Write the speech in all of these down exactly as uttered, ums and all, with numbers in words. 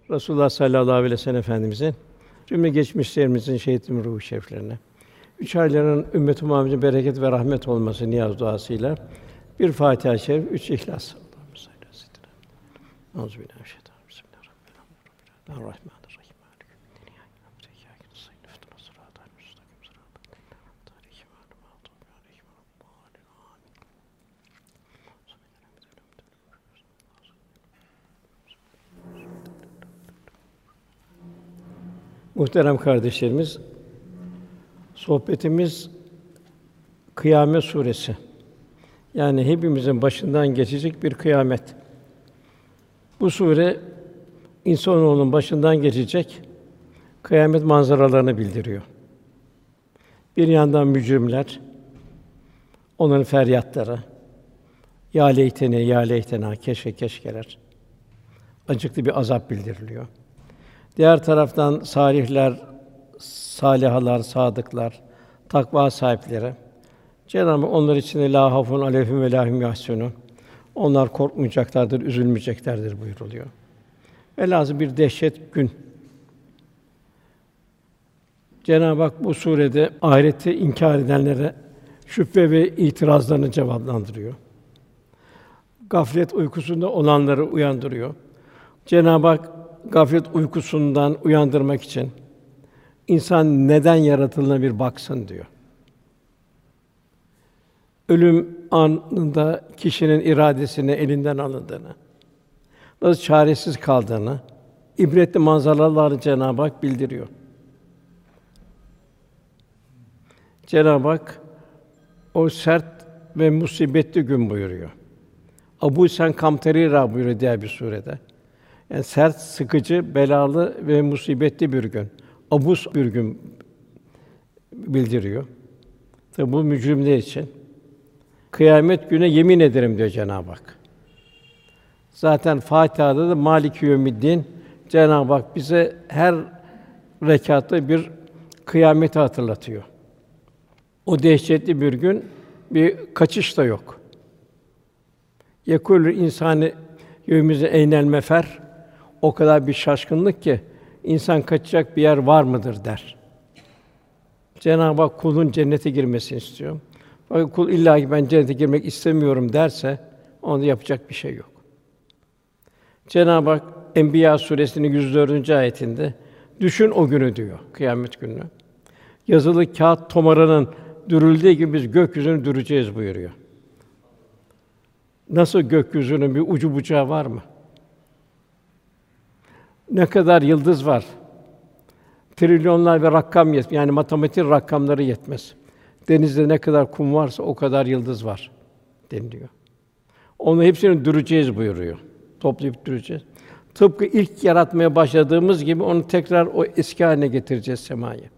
Resulullah sallallahu aleyhi ve sellem Efendimizin, cümle geçmişlerimizin şehitlerin ruhu şeriflerine, üç ayların ümmet-i Muhammed'in bereket ve rahmet olması niyaz duasıyla bir Fatiha-i Şerif, üç İhlas. Allahümme salli ala seyyidina Muhammed. Euzubillahimineşşeytanirracim. Bismillahirrahmanirrahim. Muhterem kardeşlerimiz, sohbetimiz Kıyamet Suresi. Yani hepimizin başından geçecek bir kıyamet. Bu sure insanoğlunun başından geçecek kıyamet manzaralarını bildiriyor. Bir yandan mücrimler, onların feryatları, ya leytene ya leytena, keşke keşkeler, acıklı bir azap bildiriliyor. Diğer taraftan salihler, salihalar, sadıklar, takva sahipleri, Cenab-ı Hak onlar için de lâ hafun aleyhim ve lâ hum yahzunûn. Onlar korkmayacaklardır, üzülmeyeceklerdir buyuruluyor. Velhâsıl bir dehşet gün. Cenab-ı Hak bu surede ahireti inkar edenlere şüphe ve itirazlarını cevaplandırıyor. Gaflet uykusunda olanları uyandırıyor. Cenab-ı Hak gaflet uykusundan uyandırmak için insan neden yaratıldığına bir baksın diyor. Ölüm anında kişinin iradesini elinden alındığını, nasıl çaresiz kaldığını ibretli manzaralarla Cenab-ı Hak bildiriyor. Cenab-ı Hak o sert ve musibetli gün buyuruyor. Abu sen kamterira buyuruyor diğer bir surede. Yani sert, sıkıcı, belalı ve musibetli bir gün. Abus bir gün bildiriyor. Tabi bu mücrimler için. Kıyamet güne yemin ederim diyor Cenab-ı Hak. Zaten Fatiha'da da Mâlik-i Yevmiddin Cenab-ı Hak bize her rekatta bir kıyameti hatırlatıyor. O dehşetli bir gün bir kaçış da yok. Yekûlü insâne yevmize eynel mefer. O kadar bir şaşkınlık ki insan kaçacak bir yer var mıdır der. Cenab-ı Hak kulun cennete girmesini istiyor. Fakat kul illa ki ben cennete girmek istemiyorum derse onda yapacak bir şey yok. Cenab-ı Hak Enbiya suresinin yüz dördüncü ayetinde düşün o günü diyor, kıyamet gününü. Yazılı kağıt tomarının dürüldüğü gibi biz gökyüzünü düreceğiz buyuruyor. Nasıl gökyüzünün bir ucu bucağı var mı? Ne kadar yıldız var? Trilyonlar ve rakam yetmez. Yani matematik rakamları yetmez. Denizde ne kadar kum varsa o kadar yıldız var deniliyor. Onu hepsini düreceğiz buyuruyor. Toplayıp düreceğiz. Tıpkı ilk yaratmaya başladığımız gibi onu tekrar o eski haline getireceğiz semayı.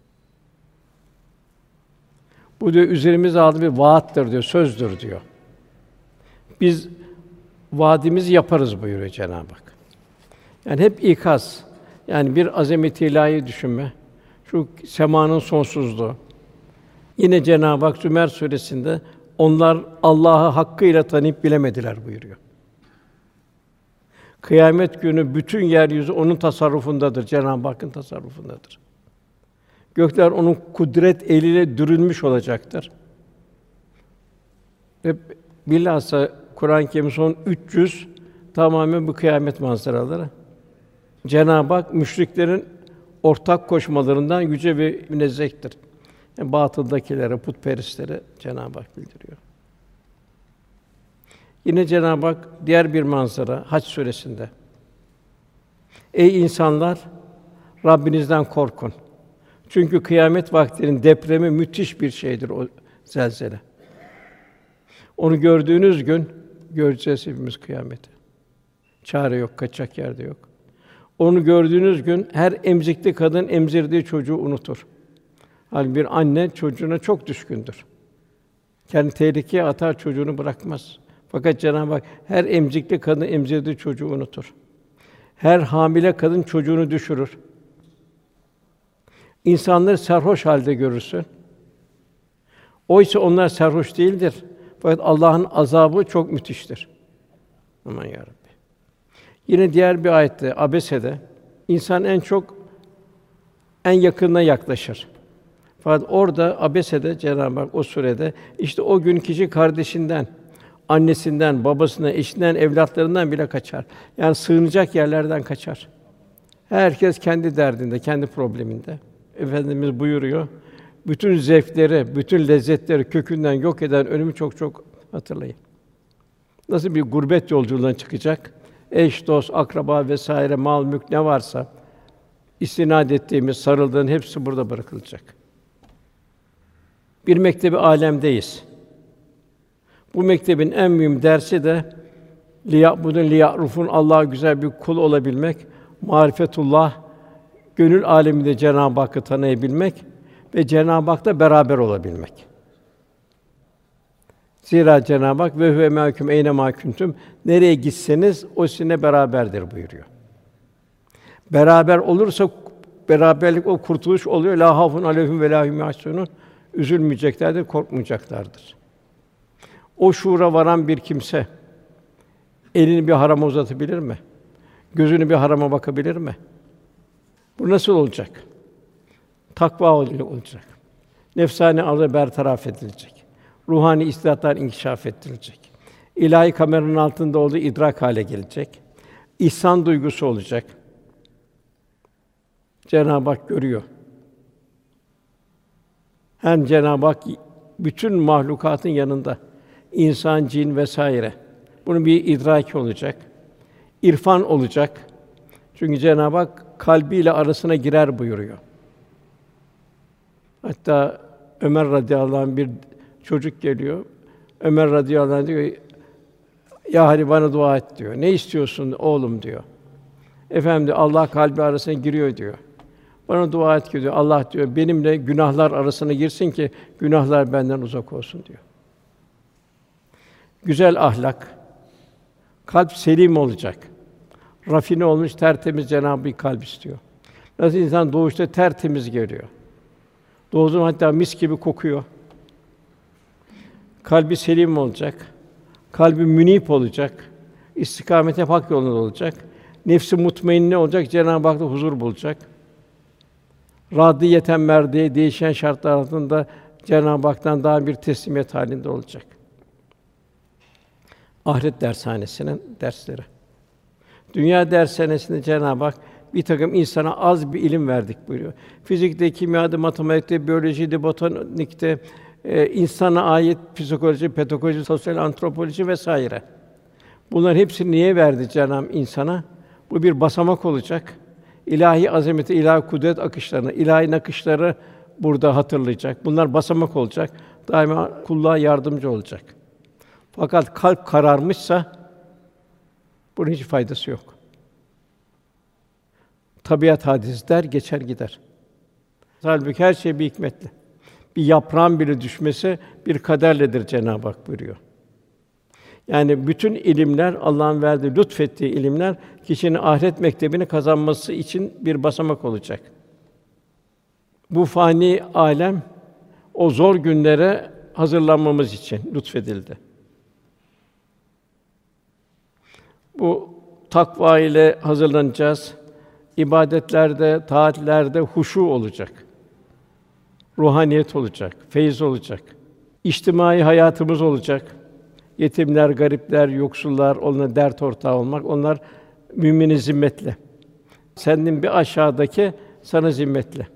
Bu diyor üzerimize aldığı bir vaattır diyor, sözdür diyor. Biz vaadimizi yaparız buyuruyor Cenab-ı Hak. Yani hep ikaz. Yani bir azamet-i ilahi düşünme. Şu semanın sonsuzluğu. Yine Cenab-ı Hak Zümer suresinde onlar Allah'ı hakkıyla tanıyıp bilemediler buyuruyor. Kıyamet günü bütün yeryüzü onun tasarrufundadır, Cenab-ı Hakk'ın tasarrufundadır. Gökler onun kudret eliyle dürülmüş olacaktır. Ve bilhassa Kur'an-ı Kerim son üç yüz tamamen bu kıyamet manzaraları. Cenab-ı Hak müşriklerin ortak koşmalarından yüce ve münezzehtir. Yani batıldakilere, putperestlere Cenab-ı Hak bildiriyor. Yine Cenab-ı Hak diğer bir manzara Hac suresinde. Ey insanlar, Rabbinizden korkun. Çünkü kıyamet vaktinin depremi müthiş bir şeydir o zelzele. Onu gördüğünüz gün göreceğiz hepimiz kıyameti. Çare yok, kaçacak yer de yok. Onu gördüğünüz gün her emzikli kadın emzirdiği çocuğu unutur. Hâlbuki bir anne çocuğuna çok düşkündür. Kendi tehlikeye atar, çocuğunu bırakmaz. Fakat Cenab-ı Hak her emzikli kadın emzirdiği çocuğu unutur. Her hamile kadın çocuğunu düşürür. İnsanları sarhoş halde görürsün. Oysa onlar sarhoş değildir. Fakat Allah'ın azabı çok müthiştir. Aman ya Rabbi. Yine diğer bir ayette Abese'de insan en çok en yakınına yaklaşır. Fakat orada Abese'de Cenab-ı Hak o surede işte o gün kişi kardeşinden, annesinden, babasından, eşinden, evlatlarından bile kaçar. Yani sığınacak yerlerden kaçar. Herkes kendi derdinde, kendi probleminde. Efendimiz buyuruyor, bütün zevkleri, bütün lezzetleri kökünden yok eden ölümü çok çok hatırlayın. Nasıl bir gurbet yolculuğuna çıkacak? Eş, dost, akraba vesaire, mal, mülk ne varsa istinad ettiğimiz, sarıldığın hepsi burada bırakılacak. Bir mektebi âlemdeyiz. Bu mektebin en mühim dersi de liya'budun liya'rufun Allah'a güzel bir kul olabilmek, marifetullah, gönül âleminde Cenab-ı Hakk'ı tanıyabilmek ve Cenab-ı Hak'la beraber olabilmek. Zira Cenab-ı Hak ve huve mâküm eyne mâ kuntum, nereye gitseniz o sizinle beraberdir buyuruyor. Beraber olursa beraberlik o kurtuluş oluyor. La hafun aleyhim ve la hum yahzunun. Üzülmeyeceklerdir, korkmayacaklardır. O şuura varan bir kimse elini bir harama uzatabilir mi? Gözünü bir harama bakabilir mi? Bu nasıl olacak? Takva olacak. Nefsani arzu bertaraf edilecek. Ruhani istidatlar inkişaf ettirilecek. İlahi kameranın altında olduğu idrak hale gelecek. İhsan duygusu olacak. Cenab-ı Hak görüyor. Hem Cenab-ı Hak bütün mahlukatın yanında, insan, cin vesaire. Bunun bir idraki olacak. İrfan olacak. Çünkü Cenab-ı Hak kalbiyle arasına girer buyuruyor. Hatta Ömer radıyallahu anh bir çocuk geliyor. Ömer radıyallahu anh diyor: "Ya hadi bana dua et." diyor. "Ne istiyorsun oğlum?" diyor. "Efendim," diyor, "Allah kalbi arasına giriyor." diyor. "Bana dua et ki," diyor, "Allah," diyor, "benimle günahlar arasına girsin ki günahlar benden uzak olsun." diyor. Güzel ahlak, kalp selim olacak. Rafine olmuş, tertemiz Cenab-ı bir kalp istiyor. Nasıl insan doğuşta tertemiz geliyor. Doğduğu zaman hatta mis gibi kokuyor. Kalbi selim olacak. Kalbi münip olacak. İstikamete hak yolunda olacak. Nefsi mutmainne olacak. Cenab-ı Hak'ta huzur bulacak. Radiyeten merdiye değişen şartlar altında Cenab-ı Hak'tan daha bir teslimiyet halinde olacak. Ahiret dershanesinin dersleri. Dünya dershanesinde Cenab-ı Hak bir takım insana az bir ilim verdik buyuruyor. Fizikte, kimyada, matematikte, biyolojide, botanikte, e, insana ait psikoloji, pedagojik, sosyal antropoloji vesaire. Bunların hepsini niye verdi Cenab-ı insana? Bu bir basamak olacak. İlahi azameti, ilahi kudret akışlarını, ilahi nakışları burada hatırlayacak. Bunlar basamak olacak. Daima kulluğa yardımcı olacak. Fakat kalp kararmışsa bunun hiç faydası yok. Tabiat hadisi der, geçer gider. Halbuki her şey bir hikmetli. Bir yaprağın bile düşmesi bir kaderledir Cenab-ı Hak buyuruyor. Yani bütün ilimler, Allah'ın verdiği, lütfettiği ilimler kişinin ahiret mektebini kazanması için bir basamak olacak. Bu fani alem o zor günlere hazırlanmamız için lütfedildi. Bu takva ile hazırlanacağız. İbadetlerde, taatlerde huşu olacak. Ruhaniyet olacak, feyiz olacak. İçtimai hayatımız olacak. Yetimler, garipler, yoksullar, onlara dert ortağı olmak, onlar müminin zimmetli. Senin bir aşağıdaki sana zimmetli.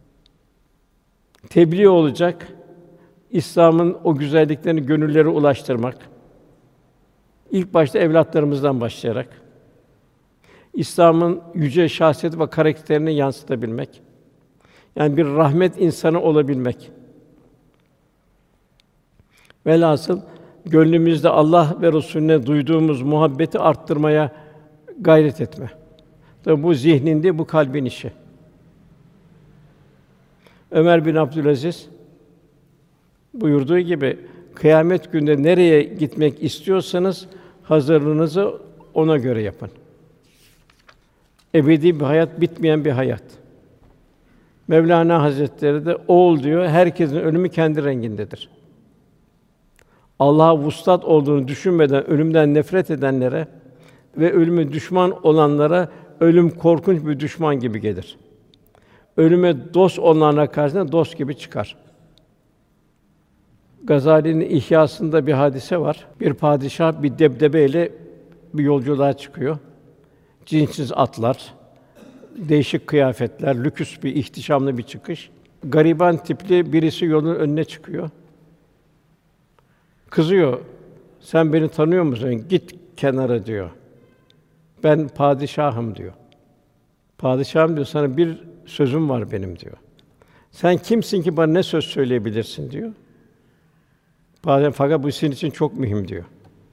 Tebliğ olacak. İslam'ın o güzelliklerini gönüllere ulaştırmak. İlk başta evlatlarımızdan başlayarak İslam'ın yüce şahsiyeti ve karakterini yansıtabilmek. Yani bir rahmet insanı olabilmek. Velhasıl gönlümüzde Allah ve Resulüne duyduğumuz muhabbeti arttırmaya gayret etme. Tabi bu zihnin değil, bu kalbin işi. Ömer bin Abdülaziz buyurduğu gibi kıyamet gününde nereye gitmek istiyorsanız hazırlığınızı ona göre yapın. Ebedi bir hayat, bitmeyen bir hayat. Mevlana Hazretleri de oğul diyor, herkesin ölümü kendi rengindedir. Allah'a vuslat olduğunu düşünmeden ölümden nefret edenlere ve ölüme düşman olanlara ölüm korkunç bir düşman gibi gelir. Ölüme dost olanlara karşısında dost gibi çıkar. Gazali'nin İhyasında bir hadise var. Bir padişah bir debdebeyle bir yolculuğa çıkıyor. Cinsiz atlar, değişik kıyafetler, lüküs bir, ihtişamlı bir çıkış. Gariban tipli birisi yolun önüne çıkıyor. Kızıyor. Sen beni tanıyor musun? Git kenara diyor. Ben padişahım diyor. Padişahım diyor, sana bir sözüm var benim diyor. Sen kimsin ki bana ne söz söyleyebilirsin diyor. Padişah, fakat bu senin için çok mühim diyor.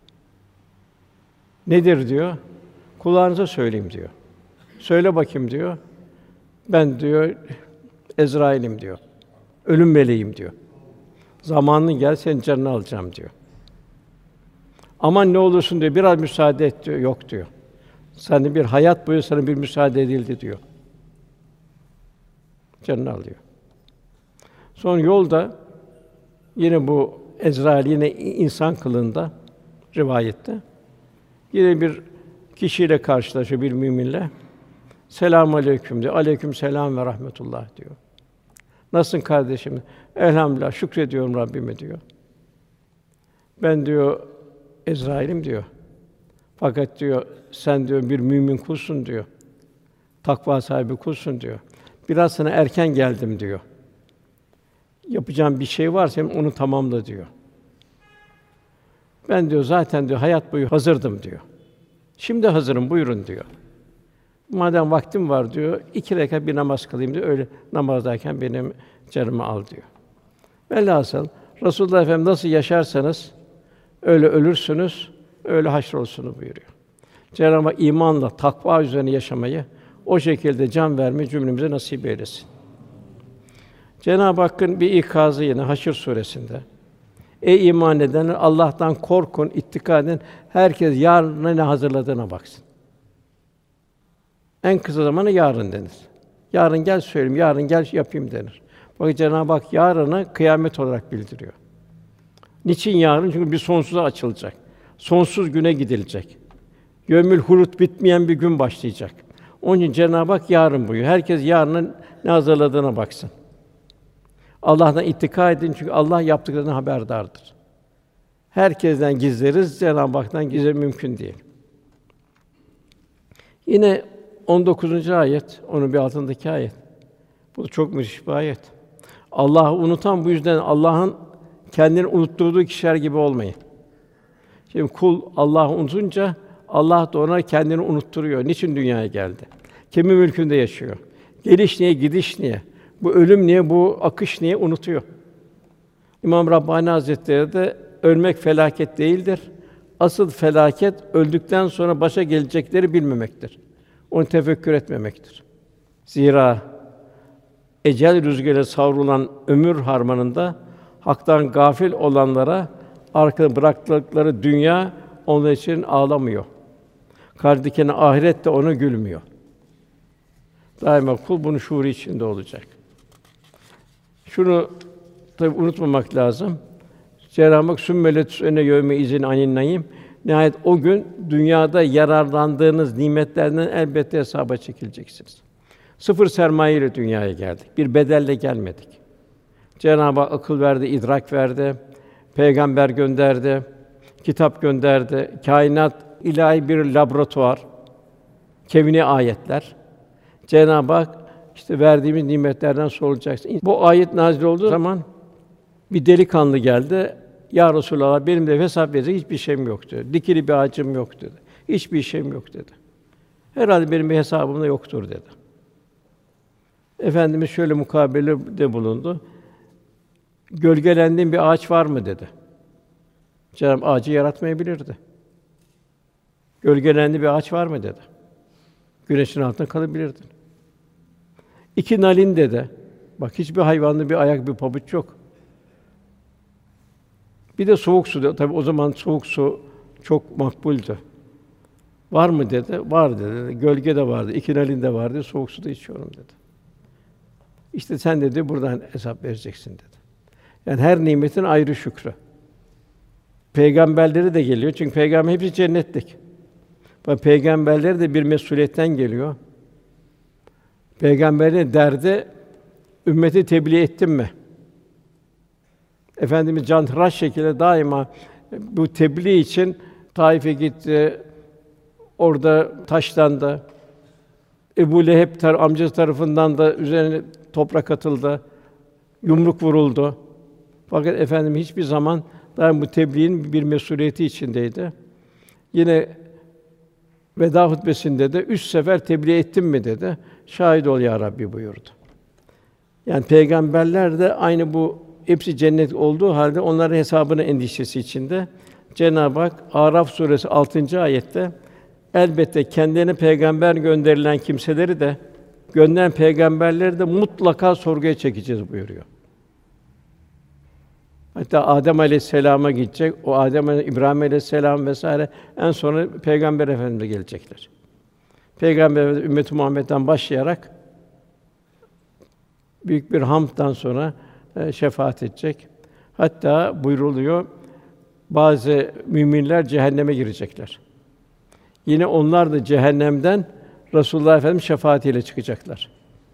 Nedir diyor? Kulağınıza söyleyeyim diyor. Söyle bakayım diyor. Ben diyor Ezrail'im diyor. Ölüm meleğim diyor. Zamanın gel senin canını alacağım diyor. Aman ne olursun diyor. Biraz müsaade et diyor. Yok diyor. Sana bir hayat boyu sana bir müsaade edildi diyor. Canını alıyor. Sonra yolda yine bu Ezrail yine insan kılığında rivayette yine bir kişiyle karşılaşıyor, bir müminle. Selamun aleyküm diyor. Aleyküm selam ve rahmetullah diyor. Nasılsın kardeşim? Elhamdülillah, şükrediyorum Rabbime diyor. Ben diyor Ezrail'im diyor. Fakat diyor sen diyor bir mümin kulsun diyor. Takva sahibi kulsun diyor. Biraz sana erken geldim diyor. Yapacağım bir şey varsa onu tamamla diyor. Ben diyor zaten diyor hayat boyu hazırdım diyor. Şimdi hazırım buyurun diyor. Madem vaktim var diyor, iki rekat bir namaz kılayım diyor. Öyle namazdayken benim canımı al diyor. Velhasıl Resulullah Efendimiz nasıl yaşarsanız öyle ölürsünüz, öyle haşrolursunuz buyuruyor. Cenab-ı Hak imanla, takva üzerine yaşamayı, o şekilde can vermeyi cümlemize nasip eylesin. Cenab-ı Hakk'ın bir ikazı yine Haşr suresinde. Ey iman edenler, Allah'tan korkun, ittika edin. Herkes yarına ne hazırladığına baksın. En kısa zamanı yarın denir. Yarın gel söyleyeyim, yarın gel yapayım denir. Bakın Cenab-ı Hak yarını kıyamet olarak bildiriyor. Niçin yarın? Çünkü bir sonsuza açılacak. Sonsuz güne gidilecek. Yevmül hulut bitmeyen bir gün başlayacak. Onun için Cenab-ı Hak yarın buyuruyor. Herkes yarının ne hazırladığına baksın. Allah'tan ittika edin çünkü Allah yaptıklarından haberdardır. Herkesten gizleriz, Cenab-ı Hak'tan gizle mümkün değil. Yine on dokuzuncu ayet, onun bir altındaki ayet. Bu da çok müthiş bir ayet. Allah'ı unutan bu yüzden Allah'ın kendini unutturduğu kişiler gibi olmayın. Şimdi kul Allah'ı unutunca Allah da ona kendini unutturuyor. Niçin dünyaya geldi? Kimin mülkünde yaşıyor? Geliş niye, gidiş niye? Bu ölüm niye, bu akış niye unutuyor. İmam Rabbani Hazretleri de ölmek felaket değildir. Asıl felaket öldükten sonra başa gelecekleri bilmemektir. Onu tefekkür etmemektir. Zira ecel rüzgârıyla savrulan ömür harmanında haktan gafil olanlara arkada bıraktıkları dünya onlar için ağlamıyor. Karşıdakine ahiret de ona gülmüyor. Daima kul bunun şuuru içinde olacak. Şunu tabii unutmamak lazım. Cenab-ı Hak sümmelet ene yevme izin anin naim. Nihayet o gün dünyada yararlandığınız nimetlerden elbette hesaba çekileceksiniz. Sıfır sermaye ile dünyaya geldik. Bir bedelle gelmedik. Cenab-ı Hak akıl verdi, idrak verdi, peygamber gönderdi, kitap gönderdi. Kainat ilahi bir laboratuvar. Kevni ayetler. Cenab-ı Hak işte verdiğimiz nimetlerden sorulacaksın. Bu ayet nazil olduğu zaman bir delikanlı geldi. Ya Resulallah benim de hesap verecek hiçbir şeyim yok dedi. Dikili bir ağacım yok dedi. Hiçbir şeyim yok dedi. Herhalde benim bir hesabım da yoktur dedi. Efendimiz şöyle mukabelede bulundu. Gölgelendiğin bir ağaç var mı dedi. Cenab-ı Hak ağacı yaratmayabilirdi. Gölgelendiği bir ağaç var mı dedi. Güneşin altında kalabilirdin. İki nalin dedi. Bak hiçbir hayvanda bir ayak, bir pabuç yok. Bir de soğuk su. Tabii o zaman soğuk su çok makbuldü. Var mı dedi. Var dedi. Gölge de vardı. İki nalin de vardı. Soğuk su da içiyorum dedi. İşte sen dedi buradan hesap vereceksin dedi. Yani her nimetin ayrı şükrü. Peygamberleri de geliyor çünkü peygamber hepsi cennetlik. Ve peygamberlere de bir mesuliyetten geliyor. Peygamberin derdi, ümmeti tebliğ ettim mi? Efendimiz canhıraş şekilde daima bu tebliğ için Taif'e gitti, orada taşlandı. Ebu Leheb tar amcası tarafından da üzerine toprak atıldı, yumruk vuruldu. Fakat Efendimiz hiçbir zaman daima bu tebliğin bir mesuliyeti içindeydi. Yine veda hutbesinde de üç sefer tebliğ ettim mi dedi. Şahit ol ya Rabbi buyurdu. Yani peygamberler de aynı bu hepsi cennet olduğu halde onların hesabını endişesi içinde. Cenab-ı Hak Araf suresi altıncı ayette elbette kendilerine peygamber gönderilen kimseleri de gönderen peygamberleri de mutlaka sorguya çekeceğiz buyuruyor. Hatta Adem Aleyhisselam'a gidecek. O Adem İbrahim Aleyhisselam vesaire en sonra Peygamber Efendimiz'e gelecekler. Peygamber Efendimiz ümmeti Muhammed'den başlayarak büyük bir hamddan sonra e, şefaat edecek. Hatta buyruluyor bazı müminler cehenneme girecekler. Yine onlar da cehennemden Resulullah Efendimiz şefaatiyle çıkacaklar.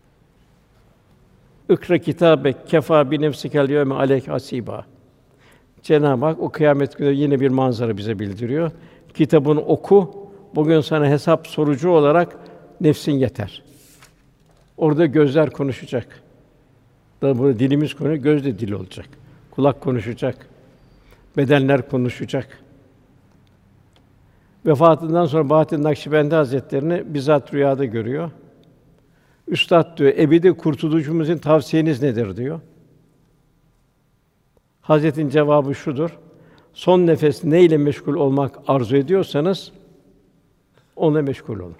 İkra kitabek kefa bi nefsikel yevme aleyke hasiba. Cenab-ı Hak o kıyamet günü yine bir manzara bize bildiriyor. Kitabını oku. Bugün sana hesap sorucu olarak nefsin yeter. Orada gözler konuşacak. Da burada dilimiz konuşuyor, göz de dil olacak. Kulak konuşacak. Bedenler konuşacak. Vefatından sonra Bahattin Nakşibendi Hazretlerini bizzat rüyada görüyor. Üstad diyor, ebedi kurtuluşumuzun tavsiyeniz nedir diyor. Hazretin cevabı şudur: son nefes ne ile meşgul olmak arzu ediyorsanız onunla meşgul olun.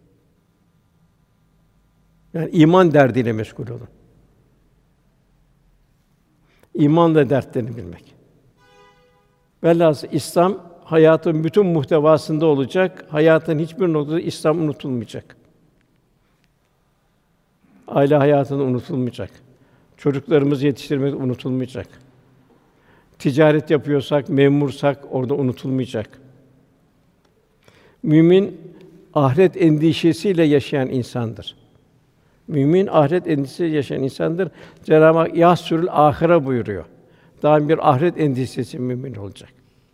Yani iman derdiyle meşgul olun. İmanla dertlerini bilmek. Velhâsıl İslam hayatın bütün muhtevasında olacak. Hayatın hiçbir noktada İslam unutulmayacak. Aile hayatında unutulmayacak. Çocuklarımızı yetiştirmek unutulmayacak. Ticaret yapıyorsak, memursak orada unutulmayacak. Mümin ahiret endişesiyle yaşayan insandır. Mümin ahiret endişesiyle yaşayan insandır. Cenab-ı Hak yâsürül âhire buyuruyor. Daim bir ahiret endişesi mümin olacak.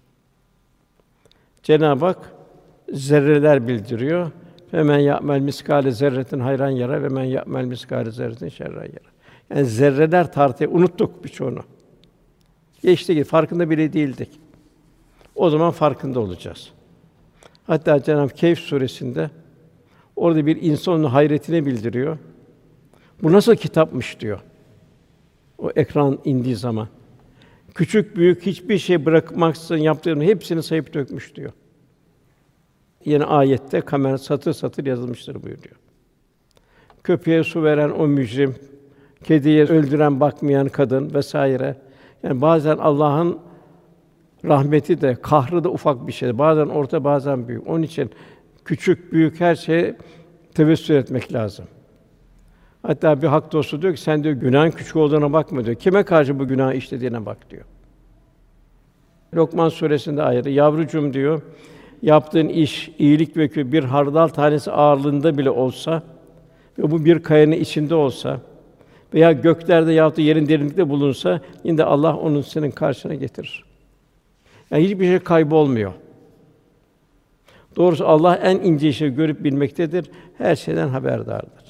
Cenab-ı Hak zerreler bildiriyor. Femen ya'mel miskâle zerretin hayran yara ve men ya'mel miskâle zerretin şerran yara. Yani zerreler tartıyı unuttuk birçoğunu. Geçti ki farkında bile değildik. O zaman farkında olacağız. Hatta Cenab-ı Hak Kehf suresinde orada bir insanın hayretine bildiriyor. Bu nasıl kitapmış diyor. O ekran indiği zaman. Küçük büyük hiçbir şey bırakmaksızın yaptığının hepsini sayıp dökmüş diyor. Yine ayette kamer satır satır yazılmıştır buyuruyor. Köpeğe su veren o mücrim, kediye öldüren bakmayan kadın vesaire. Yani bazen Allah'ın rahmeti de kahrı da ufak bir şey. Bazen orta, bazen büyük. Onun için küçük büyük her şeye tevessül etmek lazım. Hatta bir hak dostu diyor ki sen diyor günahın küçük olduğuna bakma diyor. Kime karşı bu günahı işlediğine bak diyor. Lokman suresinde ayrı yavrucum diyor. Yaptığın iş, iyilik ve kötü bir hardal tanesi ağırlığında bile olsa ve bu bir kayanın içinde olsa veya göklerde yahut da yerin derinlikte bulunsa yine de Allah onu senin karşına getirir. Yani hiçbir şey kaybolmuyor. Doğrusu Allah en ince işi görüp bilmektedir. Her şeyden haberdardır.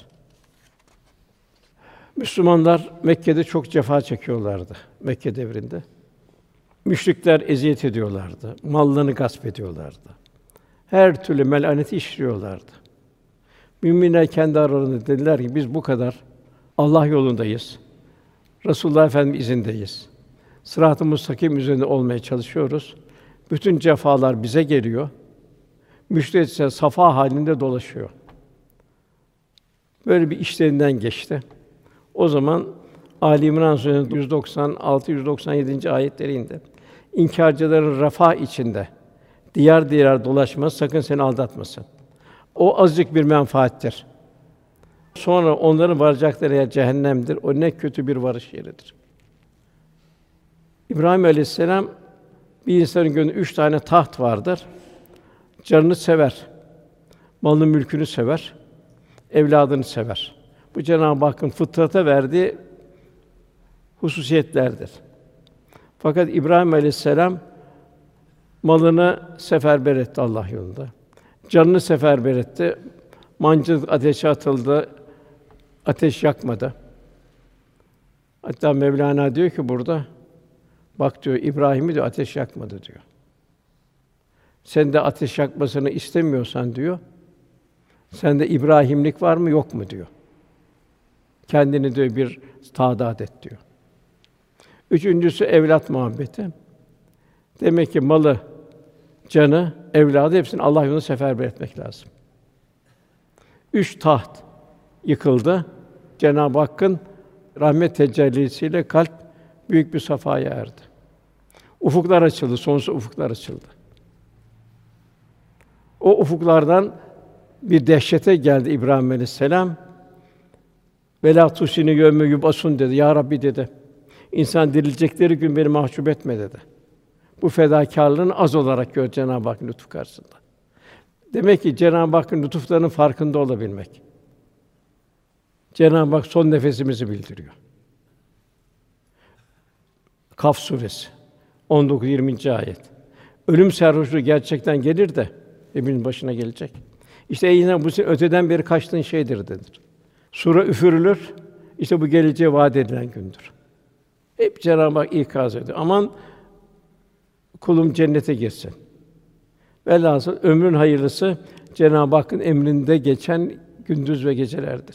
Müslümanlar Mekke'de çok cefa çekiyorlardı Mekke devrinde. Müşrikler eziyet ediyorlardı. Mallarını gasp ediyorlardı. Her türlü melaneti işliyorlardı. Müminler kendi aralarında dediler ki biz bu kadar Allah yolundayız. Resulullah Efendimiz izindeyiz. Sırat-ı müstakim üzerinde olmaya çalışıyoruz. Bütün cefalar bize geliyor. Müşrik ise safa halinde dolaşıyor. Böyle bir işlerinden geçti. O zaman Ali İmran Suresi'nin yüz doksan altı yüz doksan yedinci ayetleri indi. İnkârcıların refah içinde diyar diyar dolaşması sakın seni aldatmasın. O azıcık bir menfaattir. Sonra onların varacakları yer cehennemdir. O ne kötü bir varış yeridir. İbrahim Aleyhisselam bir insanın gönlünde üç tane taht vardır. Canını sever. malını mülkünü sever, evladını sever. Bu Cenab-ı Hakk'ın fıtrata verdiği hususiyetlerdir. Fakat İbrahim Aleyhisselam malını seferber etti Allah yolunda. Canını seferber etti. Mancınık ateşe atıldı. Ateş yakmadı. Hatta Mevlana diyor ki burada, bak diyor, İbrahim'i diyor ateş yakmadı diyor. Sen de ateş yakmasını istemiyorsan diyor, sende İbrahimlik var mı yok mu diyor. Kendini diyor bir taadat et diyor. Üçüncüsü evlat muhabbeti. Demek ki malı, canı, evladı hepsini Allah yolunda seferber etmek lazım. Üç taht yıkıldı. Cenab-ı Hakk'ın rahmet tecellisiyle kalp büyük bir safhaya erdi. Ufuklar açıldı, sonsuz ufuklar açıldı. O ufuklardan bir dehşete geldi İbrahim Aleyhisselam. "Velâ tusini yevme yub'asun" dedi. Ya Rabbi dedi, İnsan dirilecekleri gün beni mahcup etme dedi. Bu fedakârlığını az olarak gör Cenab-ı Hakk'ın lütfu karşısında. Demek ki Cenab-ı Hakk'ın lütuflarının farkında olabilmek. Cenab-ı Hak son nefesimizi bildiriyor. Kaf suresi on dokuz yirminci ayet. Ölüm sarhoşluğu gerçekten gelir de hepimizin başına gelecek. İşte ey insan, bu senin öteden beri kaçtığın şeydir denir. Sura üfürülür. İşte bu geleceğe vaat edilen gündür. Hep Cenab-ı Hak ikaz ediyor. Aman kulum cennete girsin. Velhasıl ömrün hayırlısı Cenab-ı Hakk'ın emrinde geçen gündüz ve gecelerdir.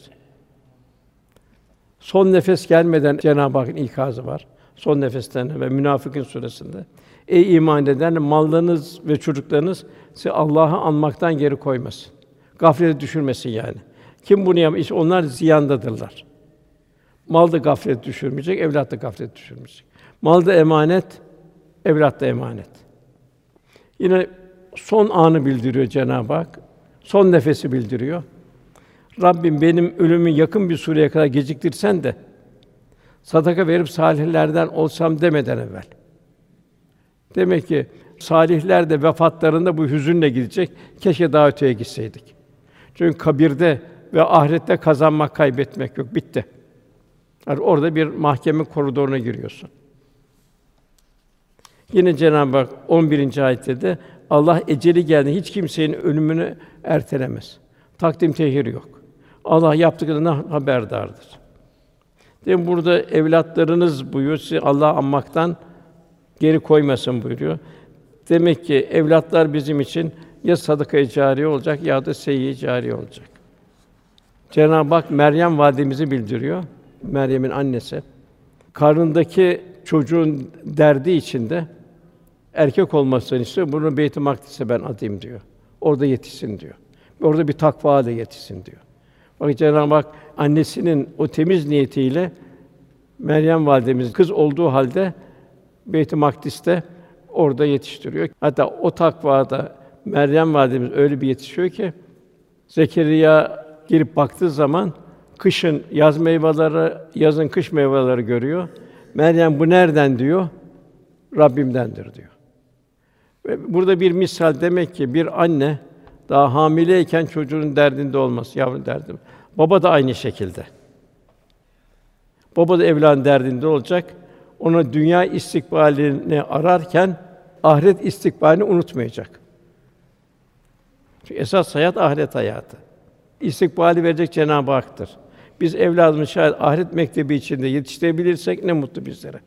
Son nefes gelmeden Cenab-ı Hakk'ın ikazı var. Son nefesten ve Münafıkîn suresinde. Ey iman edenler, mallarınız ve çocuklarınız sizi Allah'ı anmaktan geri koymasın. Gaflete düşürmesin yani. Kim bunu yapar? İşte onlar ziyandadırlar. Mal da gaflet düşürmeyecek, evlat da gaflet düşürmeyecek. Mal da emanet, evlat da emanet. Yine son anı bildiriyor Cenab-ı Hak. Son nefesi bildiriyor. Rabbim benim ölümü yakın bir süreye kadar geciktirsen de sadaka verip salihlerden olsam demeden evvel. Demek ki salihler de vefatlarında bu hüzünle gidecek. Keşke daha öteye gitseydik. Çünkü kabirde ve ahirette kazanmak, kaybetmek yok. Bitti. Yani orada bir mahkeme koridoruna giriyorsun. Yine Cenab-ı Hak on birinci ayette de Allah eceli geldiğinde hiç kimsenin ölümünü ertelemez. Takdim tehir yok. Allah yaptıklarından haberdardır. Demek burada evlatlarınız buyuruyor, sizi Allah'ı anmaktan geri koymasın buyuruyor. Demek ki evlatlar bizim için ya sadaka-i câriye olacak ya da seyyi câriye olacak. Cenab-ı Hak Meryem validemizi bildiriyor. Meryem'in annesi. Karnındaki çocuğun derdi içinde erkek olmasını istiyor. Bunu Beyt-i Makdis'e ben atayım diyor. Orada yetişsin diyor. Orada bir takva ile yetişsin diyor. Bak Cenab-ı Hak annesinin o temiz niyetiyle Meryem validemiz kız olduğu halde Beyt-i Makdis'te orada yetiştiriyor. Hatta o takvada Meryem validemiz öyle bir yetişiyor ki Zekeriya girip baktığı zaman kışın yaz meyveleri, yazın kış meyveleri görüyor. Meryem bu nereden diyor? Rabbimdendir diyor. Ve burada bir misal demek ki bir anne daha hamileyken çocuğun derdinde olması, yavrunun derdinde. Baba da aynı şekilde. Baba da evladın derdinde olacak. Ona dünya istikbalini ararken ahiret istikbalini unutmayacak. Çünkü esas hayat ahiret hayatı. İstikbali verecek Cenab-ı Hak'tır. Biz evladımızı şayet ahiret mektebi içinde yetiştirebilirsek ne mutlu bizlere.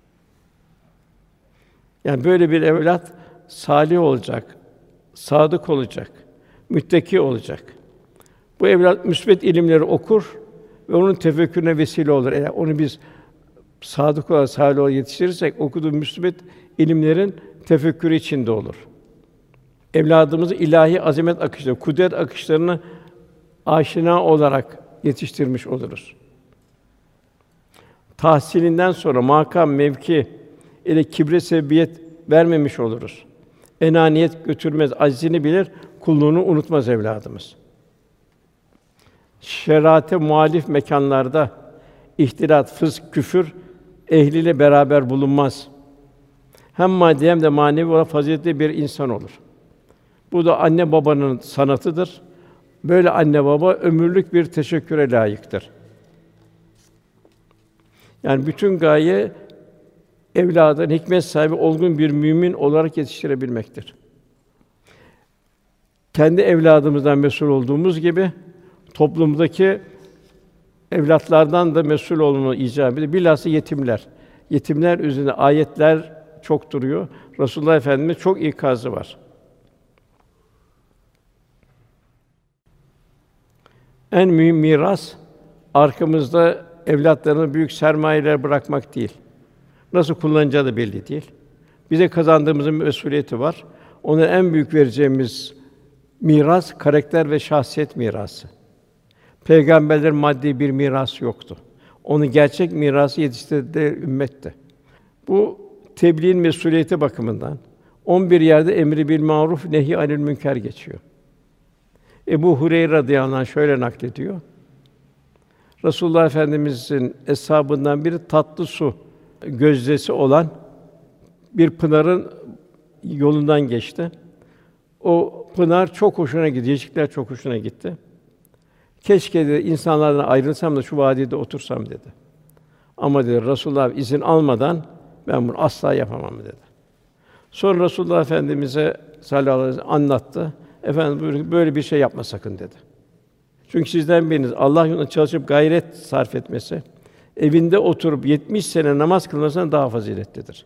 Yani böyle bir evlat salih olacak, sadık olacak, müttaki olacak. Bu evlat müsbet ilimleri okur ve onun tefekkürüne vesile olur. Eğer onu biz sadık olarak, salih olarak yetiştirirsek okuduğu müsbet ilimlerin tefekkürü içinde olur. Evladımızı ilahi azamet akışları, kudret akışlarını aşina olarak yetiştirmiş oluruz. Tahsilinden sonra makam, mevki ile kibre sebebiyet vermemiş oluruz. Enaniyet götürmez, aczini bilir, kulluğunu unutmaz evladımız. Şeriate muhalif mekanlarda ihtilat, fısk, küfür ehliyle beraber bulunmaz. Hem maddi hem de manevi olarak faziletli bir insan olur. Bu da anne babanın sanatıdır. Böyle anne baba ömürlük bir teşekküre layıktır. Yani bütün gaye evladın hikmet sahibi olgun bir mümin olarak yetiştirebilmektir. Kendi evladımızdan mesul olduğumuz gibi toplumdaki evlatlardan da mesul olma icap ediyor. Bilhassa yetimler. Yetimler üzerine ayetler çok duruyor. Resulullah Efendimiz çok ikazı var. En mühim miras arkamızda evlatlarına büyük sermayeler bırakmak değil. Nasıl kullanacağı da belli değil. Bize kazandığımızın mesuliyeti var. Ona en büyük vereceğimiz miras karakter ve şahsiyet mirası. Peygamberlerin maddi bir mirası yoktu. Onun gerçek mirası yetiştirdiği ümmetti. Bu tebliğin mesuliyeti bakımından on bir yerde emri bil maruf nehy anil münker geçiyor. Ebu Hureyre radıyallahu anh şöyle naklediyor. Resulullah Efendimizin eshabından biri tatlı su gözdesi olan bir pınarın yolundan geçti. O pınar çok hoşuna gitti, yeşillikler çok hoşuna gitti. Keşke de insanlardan ayrılsam da şu vadide otursam dedi. Ama dedi Resulullah izin almadan ben bunu asla yapamam dedi. Sonra Resulullah Efendimize sallallahu aleyhi ve sellem anlattı. Efendim buyurdu, böyle bir şey yapma sakın dedi. Çünkü sizden biriniz Allah yolunda çalışıp gayret sarf etmesi, evinde oturup yetmiş sene namaz kılmasından daha faziletlidir.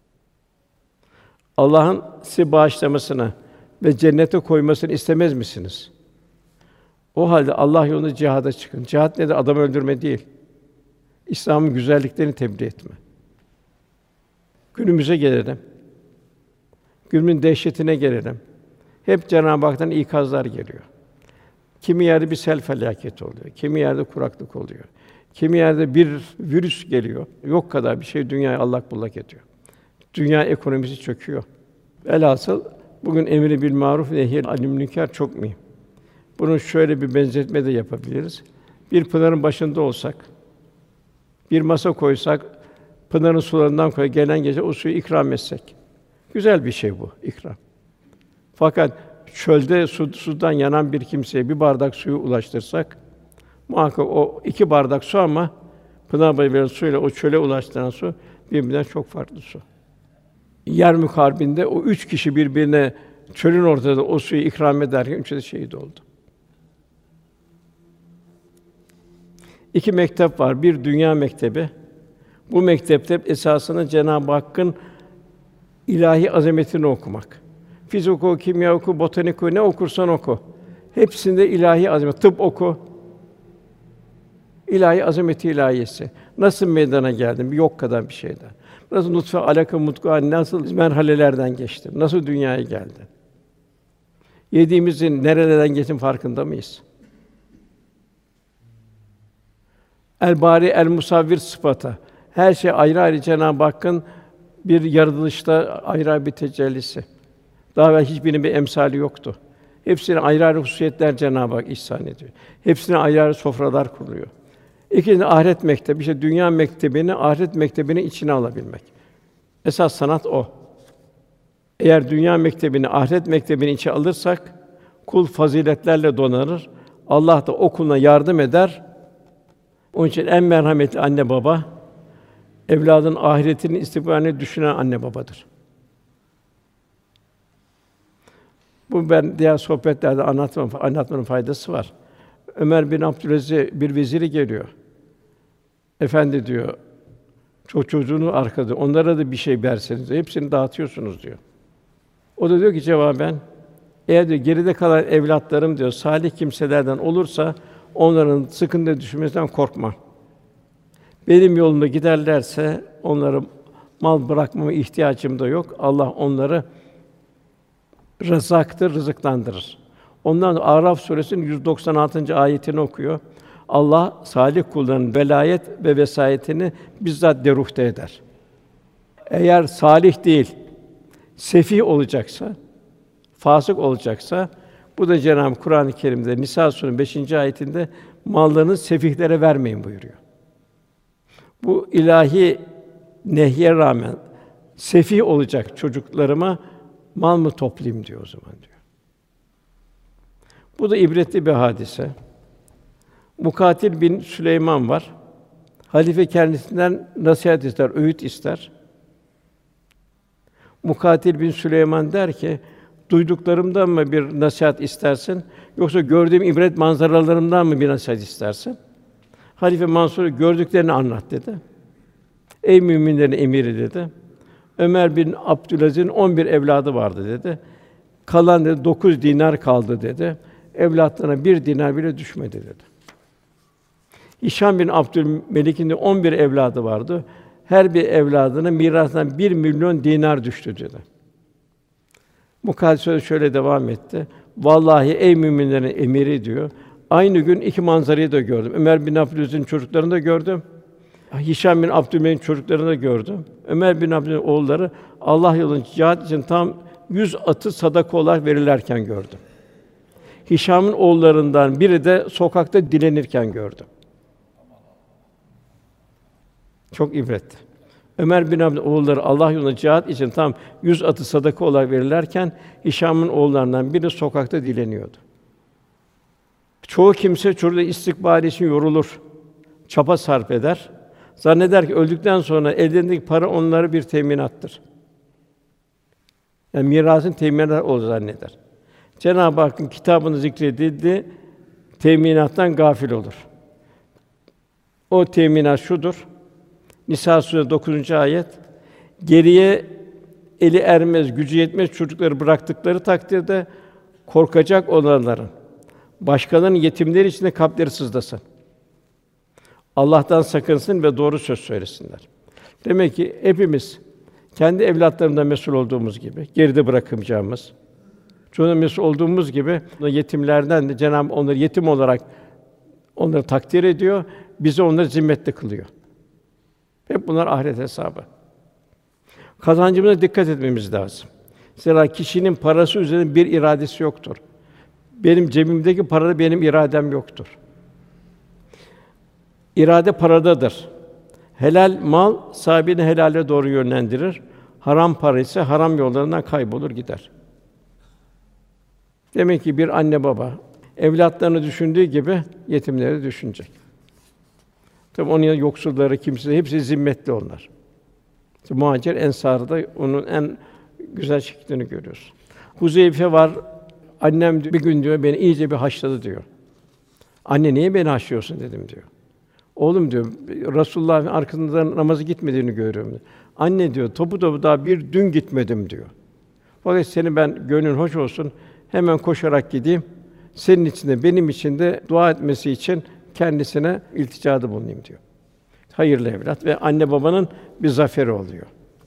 Allah'ın sizi bağışlamasını ve cennete koymasını istemez misiniz? O halde Allah yolunda cihada çıkın. Cihat nedir? Adam öldürme değil. İslam'ın güzelliklerini tebliğ etme. Günümüze gelelim. Günümüzün dehşetine gelelim. Hep Cenab-ı Hak'tan ikazlar geliyor. Kimi yerde bir sel felaketi oluyor, kimi yerde kuraklık oluyor. Kimi yerde bir virüs geliyor. Yok kadar bir şey dünyayı allak bullak ediyor. Dünya ekonomisi çöküyor. Velhasıl bugün emri bil maruf nehy anil münker çok mühim. Bunun şöyle bir benzetme de yapabiliriz. Bir pınarın başında olsak, bir masa koysak, pınarın sularından koy gelen gece o suyu ikram etsek. Güzel bir şey bu ikram. Fakat çölde su, sudan yanan bir kimseye bir bardak suyu ulaştırsak, muhakkak o iki bardak su ama pınar boyu veren suyla o çöle ulaştıran su birbirinden çok farklı su. Yermük Harbi'nde o üç kişi birbirine çölün ortasında o suyu ikram ederken üçü de şehit oldu. İki mektep var. Bir dünya mektebi. Bu mektepte esasında Cenab-ı Hakk'ın ilahi azametini okumak. Fizik oku, kimya oku, botanik oku, ne okursan oku. Hepsinde ilahi azamet. Tıp oku. İlahi azameti ilahiyesi. Nasıl meydana geldin? Bir yok kadar bir şeyden. Nasıl nutfe, alaka, mudga, nasıl merhalelerden geçtin? Nasıl dünyaya geldin? Yediğimizin nerelerden geçtiğinin farkında mıyız? El-Bari, El-Musavvir sıfatı. Her şey ayrı ayrı Cenab-ı Hakk'ın bir yaratılışta ayrı ayrı bir tecellisi. Daha evvel hiçbirinin bir emsali yoktu. Hepsine ayrı ayrı hususiyetler Cenab-ı Hak ihsan ediyor. Hepsine ayrı ayrı sofralar kuruluyor. İkinci ahiret mektebi, işte dünya mektebini ahiret mektebinin içine alabilmek. Esas sanat o. Eğer dünya mektebini ahiret mektebinin içine alırsak kul faziletlerle donanır. Allah da o kuluna yardım eder. Onun için en merhametli anne baba evladın ahiretinin istikbalini düşünen anne babadır. Bu ben diğer sohbetlerde anlatmam, anlatmanın faydası var. Ömer bin Abdülaziz bir veziri geliyor. Efendi diyor, çok çocuğunu arkada, onlara da bir şey verseniz, hepsini dağıtıyorsunuz diyor. O da diyor ki cevaben, eğer diyor geride kalan evlatlarım diyor salih kimselerden olursa onların sıkıntı düşmesinden korkma. Benim yolumda giderlerse onlara mal bırakmama ihtiyacım da yok. Allah onları Rezzaktır, rızıklandırır. Ondan sonra A'raf suresinin yüz doksan altıncı ayetini okuyor. Allah salih kullarının velayet ve vesayetini bizzat deruhte eder. Eğer salih değil, sefih olacaksa, fasık olacaksa, bu da Cenab-ı Kur'an-ı Kerim'de Nisa suresinin beşinci ayetinde mallarını sefihlere vermeyin buyuruyor. Bu ilahi nehye rağmen sefih olacak çocuklarıma mal mı toplayayım diyor o zaman diyor. Bu da ibretli bir hadise. Mukatil bin Süleyman var. Halife kendisinden nasihat ister, öğüt ister. Mukatil bin Süleyman der ki, duyduklarımdan mı bir nasihat istersin, yoksa gördüğüm ibret manzaralarımdan mı bir nasihat istersin? Halife Mansur gördüklerini anlat dedi. Ey müminlerin emiri dedi. Ömer bin Abdülaziz'in on bir evladı vardı dedi. Kalan dedi dokuz dinar kaldı dedi. Evlatlarına bir dinar bile düşmedi dedi. Hişam bin Abdülmelik'in de on bir evladı vardı. Her bir evladına mirastan bir milyon dinar düştü dedi. Mukaddis söz şöyle devam etti. Vallahi ey müminlerin emiri diyor. Aynı gün iki manzarayı da gördüm. Ömer bin Abdülaziz'in çocuklarını da gördüm. Hişam bin Abdülmelik'in çocuklarını da gördüm. Ömer bin Abdülaziz'in oğulları Allah yolunda cihat için tam yüz atı sadaka olarak verirlerken gördüm. Hişam'ın oğullarından biri de sokakta dilenirken gördüm. Çok ibret. Ömer bin Abdülaziz'in oğulları Allah yolunda cihat için tam yüz atı sadaka olarak verirlerken Hişam'ın oğullarından biri sokakta dileniyordu. Çoğu kimse çocuğu istikbali için yorulur, çaba sarf eder. Zanneder ki öldükten sonra ellerindeki para onlara bir teminattır. Yani mirasın teminatı olur zanneder. Cenab-ı Hakk'ın kitabını zikredildi, teminattan gafil olur. O teminat şudur. Nisa Suresi dokuzuncu ayet. Geriye eli ermez, gücü yetmez çocukları bıraktıkları takdirde korkacak olanların başkalarının yetimleri içinde kalpleri sızlasın. Allah'tan sakınsın ve doğru söz söylesinler. Demek ki hepimiz kendi evlatlarımızdan mesul olduğumuz gibi, geride bırakmayacağımız, çoğuna mesul olduğumuz gibi yetimlerden de Cenab-ı Hak onları yetim olarak onları takdir ediyor, bizi onları zimmetli kılıyor. Hep bunlar ahiret hesabı. Kazancımıza dikkat etmemiz lazım. Zira kişinin parası üzerinde bir iradesi yoktur. Benim cebimdeki parada benim iradem yoktur. İrade paradadır. Helal mal sahibini helale doğru yönlendirir. Haram para ise haram yollarından kaybolur gider. Demek ki bir anne baba evlatlarını düşündüğü gibi yetimleri düşünecek. Tabii onun yanında yoksulları, kimse hepsi zimmetli onlar. İşte Muhacir Ensar'da onun en güzel şeklini görüyoruz. Huzeyfe var. Annem bir gün diyor beni iyice bir haşladı diyor. Anne niye beni haşlıyorsun dedim diyor. Oğlum diyor Resulullah'ın arkasında namazı gitmediğini görüyorum diyor. Anne diyor topu topu daha bir dün gitmedim diyor. Fakat seni ben gönlün hoş olsun hemen koşarak gideyim. Senin için de benim için de dua etmesi için kendisine ilticada bulunayım diyor. Hayırlı evlat ve anne babanın bir zaferi oluyor.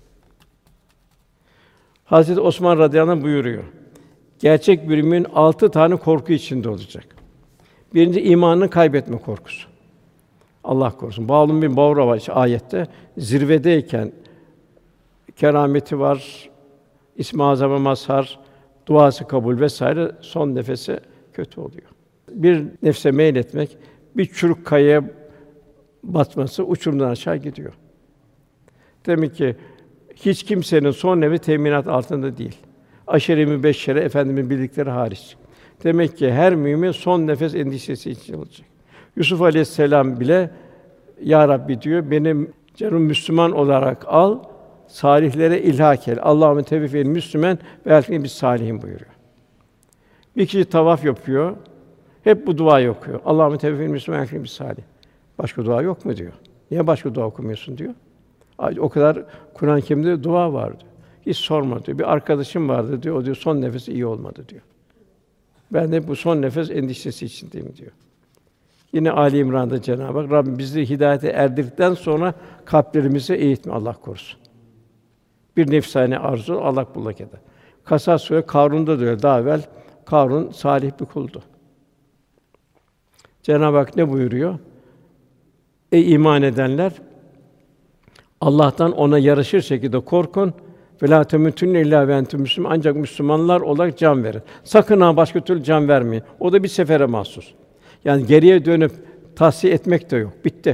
Hazreti Osman radıyallahu anh buyuruyor. Gerçek bir mümin altı tane korku içinde olacak. Birinci imanını kaybetme korkusu. Allah korusun. Bağlum bin Bavra var işte ayette zirvedeyken kerameti var, İsm-i Azam'a mazhar, duası kabul vesaire son nefese kötü oluyor. Bir nefse meyletmek, bir çürük kayaya batması uçurumdan aşağı gidiyor. Demek ki hiç kimsenin son nefesi teminat altında değil. Aşere-i mübeşşere efendimin bildikleri hariç. Demek ki her mümin son nefes endişesi içinde olacak. Yusuf Aleyhisselam bile ya Rabbi diyor benim canım Müslüman olarak al, salihlere ilhak el. Allahümme teveffeni Müslüman ve elhikni bis salihin buyuruyor. Bir kişi tavaf yapıyor. Hep bu duayı okuyor. Allahümme teveffeni Müslüman ve elhikni bis salih. Başka dua yok mu diyor. Niye başka dua okumuyorsun diyor. O kadar Kur'an-ı Kerim'de dua var diyor. Hiç sorma diyor. Bir arkadaşım vardı diyor. O diyor son nefesi iyi olmadı diyor. Ben de bu son nefes endişesi içindeyim diyor. Yine Ali İmran'da Cenab-ı Hak Rabbim bizi hidayete erdirdikten sonra kalplerimizi eğitme Allah korusun. Bir nefsane arzu allak bullak eder. Kasas Sûresi Karun'da diyor daha evvel Karun salih bir kuldu. Cenab-ı Hak ne buyuruyor? Ey iman edenler Allah'tan ona yaraşır şekilde korkun ve lâ temûtunne illâ ve entüm müslümûn ancak Müslümanlar olarak can verin. Sakın ha başka türlü can vermeyin. O da bir sefere mahsus. Yani geriye dönüp tahsiye etmek de yok. Bitti.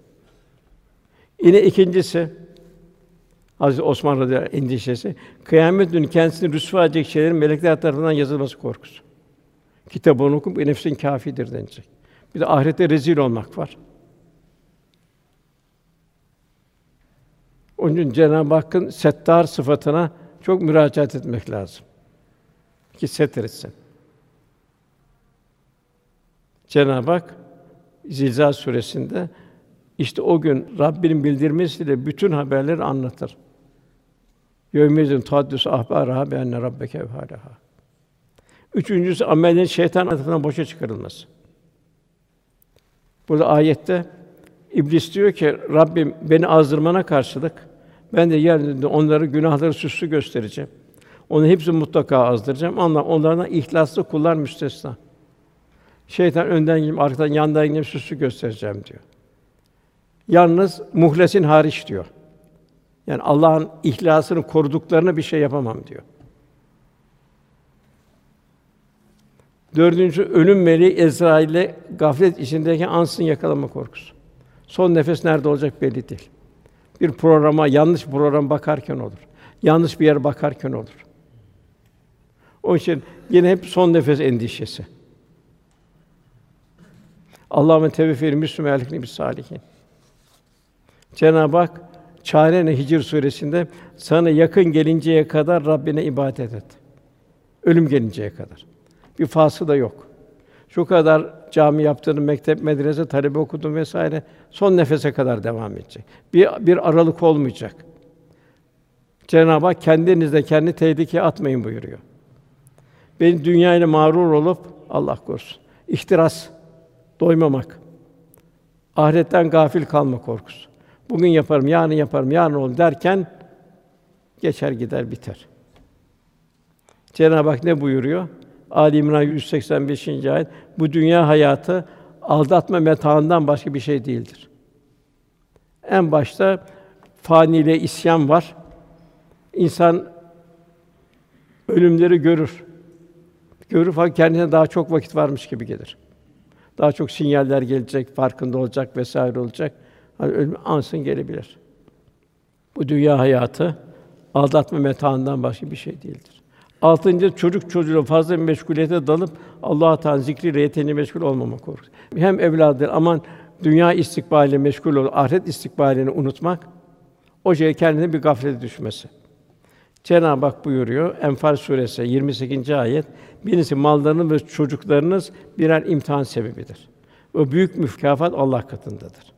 Yine ikincisi Hazreti Osman radıyallahu anh endişesi kıyamet günü kendisini rüsva edecek şeylerin melekler tarafından yazılması korkusu. Kitabını okup nefsin kâfidir denilecek. Bir de ahirette rezil olmak var. Onun için Cenab-ı Hakk'ın Settar sıfatına çok müracaat etmek lazım ki setretsin. Cenab-ı Hak Zilzal suresinde işte o gün Rabbinin bildirmesiyle bütün haberleri anlatır. Yevmizin tahaddüs ahbârahâ be'enne rabbeke evhâlehâ. Üçüncüsü amellerin şeytan tarafından boşa çıkarılması. Burada ayette İblis diyor ki Rabbim beni azdırmana karşılık ben de yeryüzünde onları günahları süslü göstereceğim. Onu hepsini mutlaka azdıracağım ama onlardan ihlaslı kullar müstesna. Şeytan önden gidip arkadan yandan gidip süslü göstereceğim diyor. Yalnız muhlesin hariç diyor. Yani Allah'ın ihlasını koruduklarına bir şey yapamam diyor. Dördüncü ölüm meleği Ezrail'le gaflet içindeyken ansızın yakalama korkusu. Son nefes nerede olacak belli değil. Bir programa, yanlış bir program bakarken olur. Yanlış bir yere bakarken olur. Onun için yine hep son nefes endişesi. Allahümme teveffeni müslüme elhikni bis salihin. Cenab-ı Hak Çare-i Hicr suresinde sana yakın gelinceye kadar Rabbine ibadet et. Ölüm gelinceye kadar. Bir faslı da yok. Şu kadar cami yaptığın, mektep, medrese, talebe okudun vesaire son nefese kadar devam edecek. Bir bir aralık olmayacak. Cenab-ı Hak kendinizde kendi tehlikeye atmayın buyuruyor. Beni dünyayla mağrur olup Allah korusun. İhtiras, doymamak, ahiretten gafil kalma korkusu. Bugün yaparım, yarın yaparım, yarın olur derken geçer gider biter. Cenab-ı Hak ne buyuruyor? Ali İmran yüz seksen beşinci ayet. Bu dünya hayatı aldatma metaından başka bir şey değildir. En başta faniliğe isyan var. İnsan ölümleri görür. Görür fakat kendine daha çok vakit varmış gibi gelir. Daha çok sinyaller gelecek, farkında olacak vesaire olacak. Hani ölüm ansın gelebilir. Bu dünya hayatı aldatma metaından başka bir şey değildir. Altıncı çocuk çocuğuyla fazla bir meşguliyete dalıp Allah Teala zikriyle yeteneği meşgul olmama korkusu. Hem evladı aman dünya istikbaliyle meşgul ol, ahiret istikbalini unutmak, o şeye kendine bir gaflete düşmesi. Cenab-ı Hak buyuruyor Enfal suresi yirmi sekizinci ayet. Birincisi mallarınız ve çocuklarınız birer imtihan sebebidir. O büyük mükafat Allah katındadır.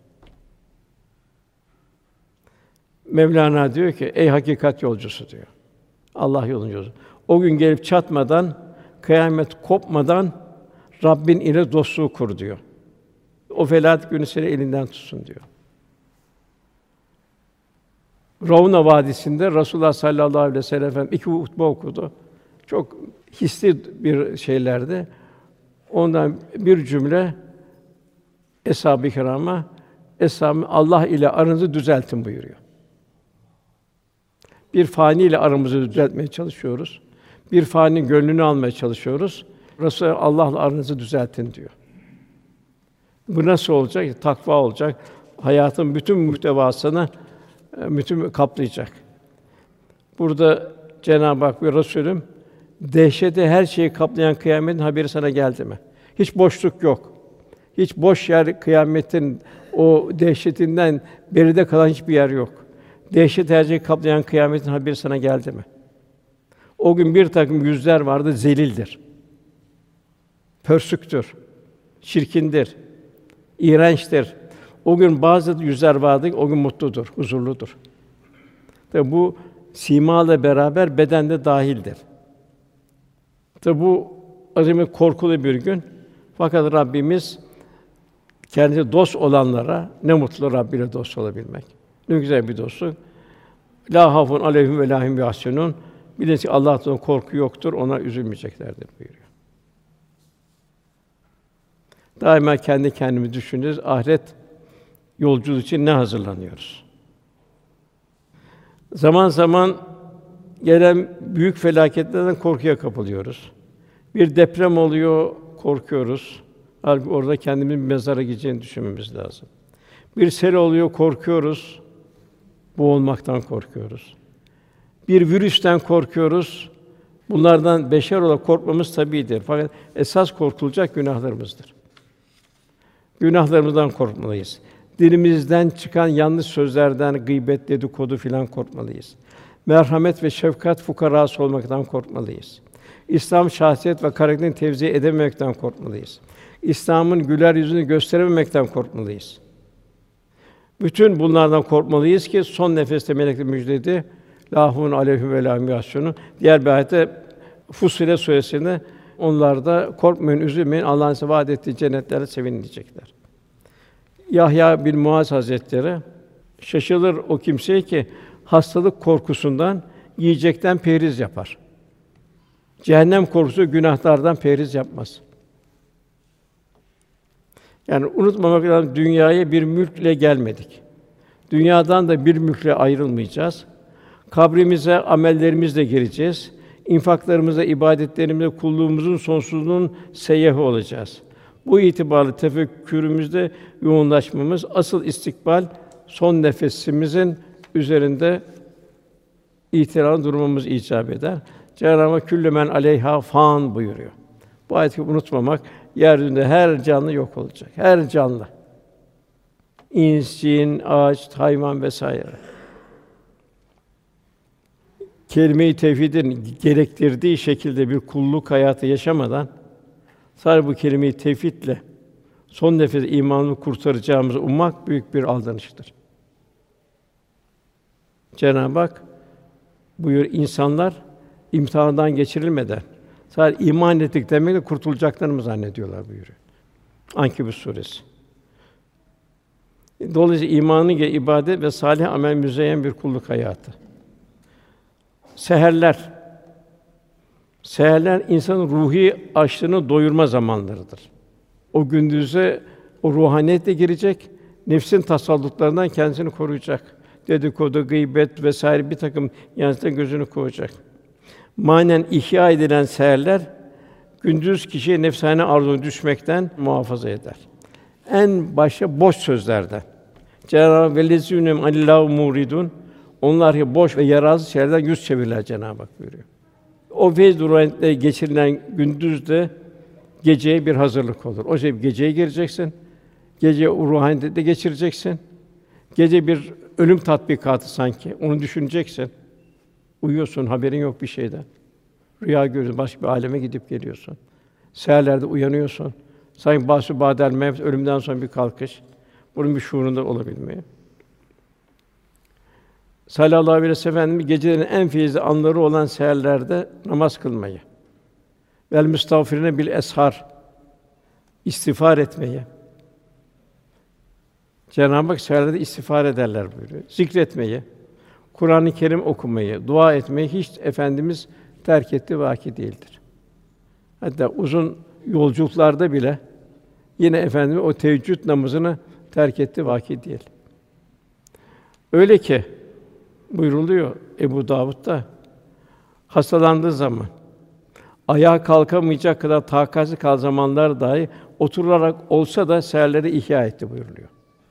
Mevlana diyor ki ey hakikat yolcusu diyor. Allah yolunca yolcusu. O gün gelip çatmadan, kıyamet kopmadan Rabbin ile dostluğu kur diyor. O felaket günü seni elinden tutsun diyor. Ravna Vadisi'nde Rasulullah sallallahu aleyhi ve sellem Efendimiz iki hutbe okudu. Çok hisli bir şeylerdi. Ondan bir cümle Eshab-ı Kirâm'a Eshab Allah ile aranızı düzeltin buyuruyor. Bir fani ile aramızı düzeltmeye çalışıyoruz. Bir faninin gönlünü almaya çalışıyoruz. Resul Allah'la aranızı düzeltin diyor. Bu nasıl olacak? Takva olacak. Hayatın bütün muhtevasını bütün kaplayacak. Burada Cenab-ı Hak ve Resulüm dehşeti her şeyi kaplayan kıyametin haberi sana geldi mi? Hiç boşluk yok. Hiç boş yer kıyametin o dehşetinden beride kalan hiçbir yer yok. Dehşet her şeyi kaplayan kıyametin haberi sana geldi mi? O gün bir takım yüzler vardı, zelildir. Pörsüktür, çirkindir, iğrençtir. O gün bazı yüzler vardı, o gün mutludur, huzurludur. Tabi bu simâla beraber bedende dâhildir. Tabi bu azami korkulu bir gün. Fakat Rabbimiz kendisi dost olanlara ne mutlu Rabbi ile dost olabilmek. Ne güzel bir dostluk. La hafun aleyhim ve lahim yahsunun. Bilin ki Allah'tan korku yoktur, ona üzülmeyeceklerdir buyuruyor. Daima kendi kendimizi düşünürüz. Ahiret yolculuğu için ne hazırlanıyoruz? Zaman zaman gelen büyük felaketlerden korkuya kapılıyoruz. Bir deprem oluyor, korkuyoruz. Halbuki orada kendimizin bir mezara gideceğini düşünmemiz lazım. Bir sel oluyor, korkuyoruz. Boğulmaktan korkuyoruz. Bir virüsten korkuyoruz. Bunlardan beşer olarak korkmamız tabiidir. Fakat esas korkulacak günahlarımızdır. Günahlarımızdan korkmalıyız. Dilimizden çıkan yanlış sözlerden, gıybet, dedikodu filan korkmalıyız. Merhamet ve şefkat fukarası olmaktan korkmalıyız. İslam şahsiyet ve karakterini tevzi edememekten korkmalıyız. İslam'ın güler yüzünü gösterememekten korkmalıyız. Bütün bunlardan korkmalıyız ki son nefeste melekler müjdedi. Lahun aleyhim ve la hum yahzunun. Diğer bir ayette Fussilet suresinde onlar da korkmayın, üzülmeyin. Allah'ın size vaad ettiği cennetlerde sevinin diyecekler. Yahya bin Muaz Hazretleri şaşılır o kimseye ki hastalık korkusundan yiyecekten perhiz yapar. Cehennem korkusu günahlardan perhiz yapmaz. Yani unutmamak lazım, dünyaya bir mülkle gelmedik. Dünyadan da bir mülkle ayrılmayacağız. Kabrimize amellerimizle gireceğiz. İnfaklarımızla, ibadetlerimizle kulluğumuzun sonsuzluğun seyyahı olacağız. Bu itibarla tefekkürümüzde yoğunlaşmamız, asıl istikbal son nefesimizin üzerinde ihtiram durmamız icap eder. Cenab-ı Hak küllü men aleyhâ fân buyuruyor. Bu ayeti unutmamak, yeryüzünde her canlı yok olacak. Her canlı. İns, cin, ağaç, hayvan vesaire. Kelime-i tevhidin gerektirdiği şekilde bir kulluk hayatı yaşamadan sadece bu kelime-i tevhidle son nefes imanını kurtaracağımızı ummak büyük bir aldanıştır. Cenab-ı Hak buyur insanlar imtihandan geçirilmeden sadece iman ettik demekle kurtulacaklarını mı zannediyorlar buyuruyor. Ankebut suresi. Dolayısıyla imanı ile ibadet ve salih amel müzeyyen bir kulluk hayatı. Seherler. Seherler insanın ruhi açlığını doyurma zamanlarıdır. O gündüze o ruhaniyetle girecek, nefsin tasallutlarından kendisini koruyacak. Dedikodu, gıybet vesaire bir takım yanlışlıktan gözünü koyacak. Manen ihya edilen seherler gündüz kişiyi nefsane arzuna düşmekten muhafaza eder. En başta boş sözlerden. Cenab-ı Hak vellezînehum anillâhu muridun. Onlar ki boş ve yararsız şeylerden yüz çevirirler Cenab-ı Hak buyuruyor. O feyz ruhaniyette geçirilen gündüzde geceye bir hazırlık olur. O şey geceye gireceksin. Gece o ruhaniyette geçireceksin. Gece bir ölüm tatbikatı sanki. Onu düşüneceksin. Uyuyorsun, haberin yok bir şeyden. Rüya görüyorsun, başka bir aleme gidip geliyorsun. Seherlerde uyanıyorsun. Sanki bahsü badel mevt, ölümden sonra bir kalkış. Bunun bir şuurunda olabilmeye. Sallallahu aleyhi ve sellem Efendimiz gecelerin en feyizli anları olan seherlerde namaz kılmayı, vel müstağfirine bil eshar, istiğfar etmeyi. Cenab-ı Hak seherlerde istiğfar ederler buyuruyor. Zikretmeyi, Kur'an-ı Kerim okumayı, dua etmeyi hiç Efendimiz terk ettiği vaki değildir. Hatta uzun yolculuklarda bile yine Efendimiz o teheccüd namazını terk ettiği vaki değil. Öyle ki buyruluyor Ebu Davud'da hastalandığı zaman ayağa kalkamayacak kadar takatsiz kal zamanlar dahi oturarak olsa da seherleri ihya etti buyuruluyor.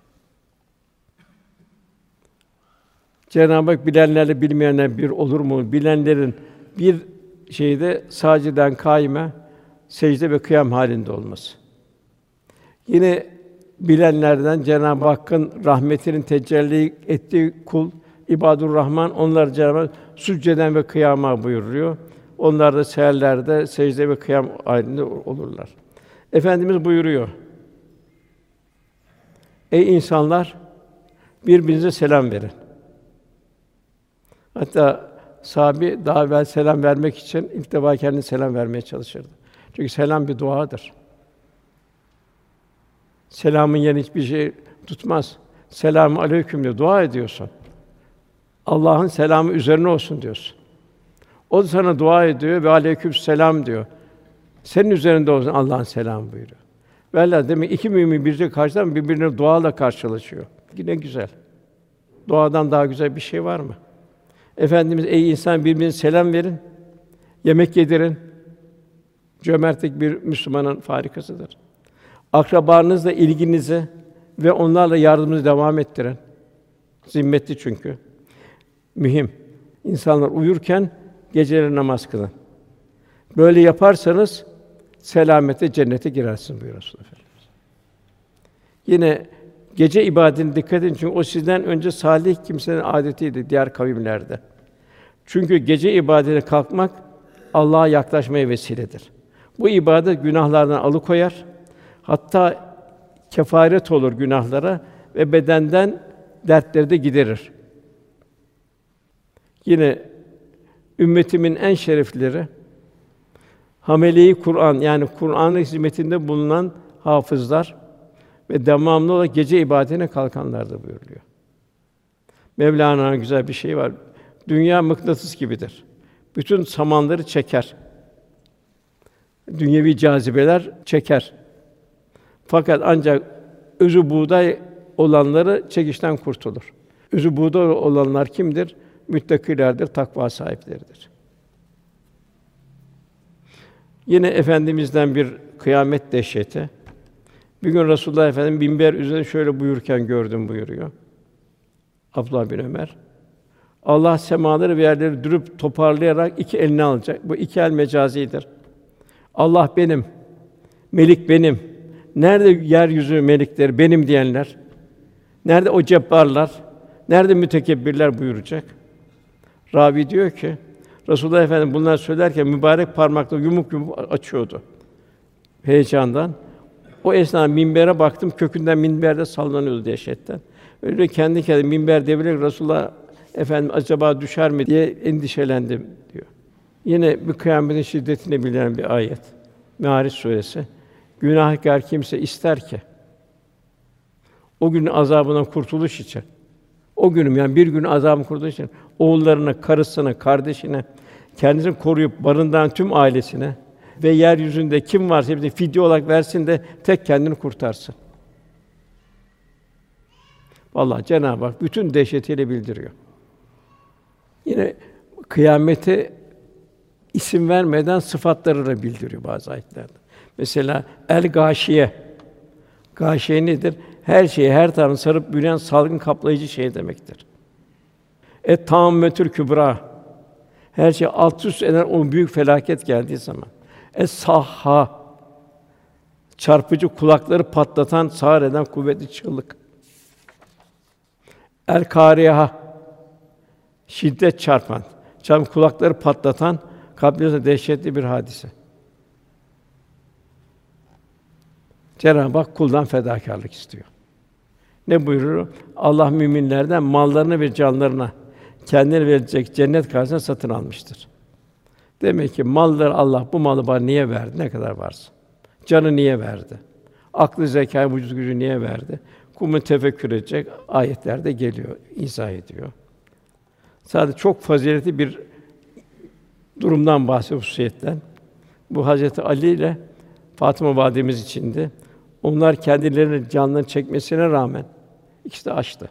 Cenab-ı Hak bilenlerle bilmeyenler bir olur mu? Bilenlerin bir şeyde sâciden kâime, secde ve kıyam halinde olması. Yine bilenlerden Cenab-ı Hakk'ın rahmetinin tecelli ettiği kul İbadur Rahman onlar Cenab-ı Hak sücceden ve kıyama buyuruyor. Onlar da seherlerde secde ve kıyam halinde olurlar. Efendimiz buyuruyor. Ey insanlar, birbirinize selam verin. Hatta sahabi daha evvel selam vermek için ilk defa kendine selam vermeye çalışırdı. Çünkü selam bir duadır. Selamın yerine hiçbir şey tutmaz. Selamun aleyküm diye dua ediyorsun. Allah'ın selamı üzerine olsun diyorsun. O da sana dua ediyor ve aleyküm selam diyor. Senin üzerinde olsun Allah'ın selamı buyuruyor. Velhâsıl demek iki mümin birlikte karşıdan birbirine duayla karşılaşıyor. Yine güzel. Duadan daha güzel bir şey var mı? Efendimiz ey insan birbirinize selam verin. Yemek yedirin. Cömertlik bir Müslümanın farikasıdır. Akrabalarınızla ilginizi ve onlarla yardımınızı devam ettirin. Zimmetli çünkü. Mühim. İnsanlar uyurken geceleri namaz kılın. Böyle yaparsanız selamete cennete girersiniz buyuruyor Resulullah Efendimiz. Yine gece ibadetine dikkat edin çünkü o sizden önce salih kimsenin adetiydi diğer kavimlerde. Çünkü gece ibadetine kalkmak Allah'a yaklaşmaya vesiledir. Bu ibadet günahlardan alıkoyar. Hatta kefaret olur günahlara ve bedenden dertleri de giderir. Yine ümmetimin en şereflileri hamele-i Kur'an yani Kur'an'ın hizmetinde bulunan hafızlar ve devamlı olarak gece ibadetine kalkanlardır buyuruluyor. Mevlana'nın güzel bir şeyi var. Dünya mıknatıs gibidir. Bütün samanları çeker. Dünyevi cazibeler çeker. Fakat ancak özü buğday olanları çekişten kurtulur. Özü buğday olanlar kimdir? Müttakilerdir, takva sahipleridir. Yine Efendimiz'den bir kıyamet dehşeti. Bir gün Resulullah Efendimiz minber üzerinde şöyle buyururken gördüm buyuruyor. Abdullah bin Ömer. Allah semaları ve yerleri dürüp toparlayarak iki eline alacak. Bu iki el mecazidir. Allah benim, melik benim. Nerede yeryüzü melikleri benim diyenler? Nerede o cebbarlar? Nerede mütekebbirler buyuracak? Ravi diyor ki Resulullah Efendimiz bunlar söylerken mübarek parmakla yumuk yumuk açıyordu heyecandan. O esnada minbere baktım, kökünden minberde sallanıyordu dehşetten. Öyle kendi kendime minber devrilerek Resulullah Efendimiz acaba düşer mi diye endişelendim diyor. Yine bir kıyametin şiddetini bilen bir ayet. Meâriç suresi. Günahkar kimse ister ki o günün azabından kurtuluş için, o günüm yani bir gün azabın kurtuluş için oğullarına, karısına, kardeşine, kendisini koruyup barındıran tüm ailesine ve yeryüzünde kim varsa hepsine fidye olarak versin de tek kendini kurtarsın. Vallahi Cenab-ı Hak bütün dehşetiyle bildiriyor. Yine kıyamete isim vermeden sıfatlarıyla bildiriyor bazı ayetlerde. Mesela el-gâşiye. Gâşiye nedir? Her şeyi, her tarafını sarıp bürüyen salgın kaplayıcı şey demektir. Et-tâmmetül kübrâ. Her şey alt üst eden o büyük felaket geldiği zaman. Es-sahha. Çarpıcı kulakları patlatan, sağır eden kuvvetli çığlık. El-kâriha. Şiddet çarpan, çarpıp kulakları patlatan, kalplerine dehşetli bir hadise. Cenab-ı Hak kuldan fedakârlık istiyor. Ne buyurur? Allah müminlerden mallarını ve canlarına kendine verecek cennet karşısında satın almıştır. Demek ki malları Allah bu malı bana niye verdi? Ne kadar varsa. Canı niye verdi? Aklı, zekâyı, vücut gücü niye verdi? Kulunu tefekkür edecek ayetlerde geliyor, izah ediyor. Sadece çok faziletli bir durumdan bahsediyor hususiyetten. Bu Hazreti Ali ile Fatıma validemiz içindi. Onlar kendilerinin canlarını çekmesine rağmen ikisi de açtı.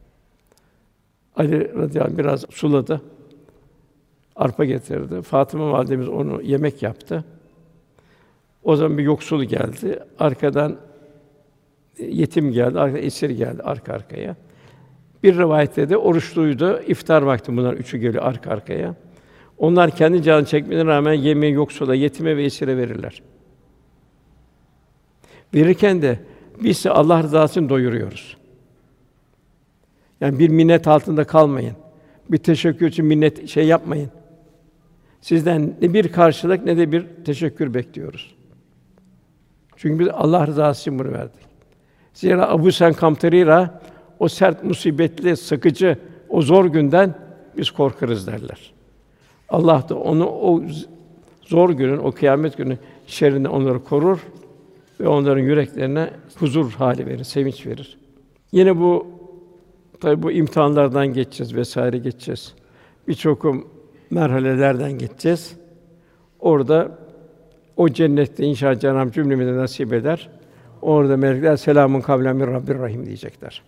Ali radıyallahu anh biraz suladı. Arpa getirdi. Fatıma validemiz onu yemek yaptı. O zaman bir yoksul geldi. Arkadan yetim geldi, arkadan esir geldi arka arkaya. Bir rivayette de oruçluydu. İftar vakti bunlar üçü geliyor arka arkaya. Onlar kendi canını çekmelerine rağmen yemeği yoksula, yetime ve esire verirler. Verirken de biz size Allah rızası için doyuruyoruz. Yani bir minnet altında kalmayın. Bir teşekkür için minnet şey yapmayın. Sizden ne bir karşılık ne de bir teşekkür bekliyoruz. Çünkü biz Allah rızası için bunu verdik. Zira Abu Sen Kamtarira o sert, musibetli, sıkıcı, o zor günden biz korkarız derler. Allah da onu o zor günün, o kıyamet günü şerrinden onları korur ve onların yüreklerine huzur hali verir, sevinç verir. Yine bu tabi bu imtihanlardan geçeceğiz vesaire geçeceğiz. Birçok merhalelerden geçeceğiz. Orada o cennette inşallah Cenab-ı Hak cümlemize nasip eder. Orada melekler selamun kavlen min Rabbir Rahim diyecekler.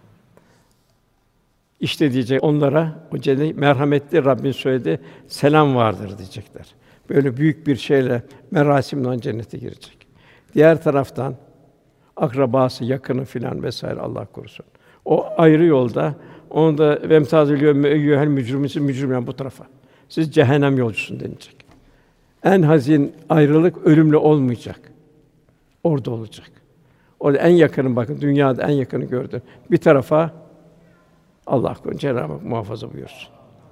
İşte diyecek onlara o cennet merhametli Rabbin söyledi selam vardır diyecekler. Böyle büyük bir şeyle merasimle cennete girecek. Diğer taraftan akrabası, yakını filan vesaire Allah korusun. O ayrı yolda onu da vemtazül yevme eyyuhel mücrimin mücrimden bu tarafa. Siz cehennem yolcusun denilecek. En hazin ayrılık ölümle olmayacak. Orada olacak. Orada en yakını, bakın dünyada en yakını gördün. Bir tarafa Allah korusun, Cenab-ı Hak muhafaza buyursun.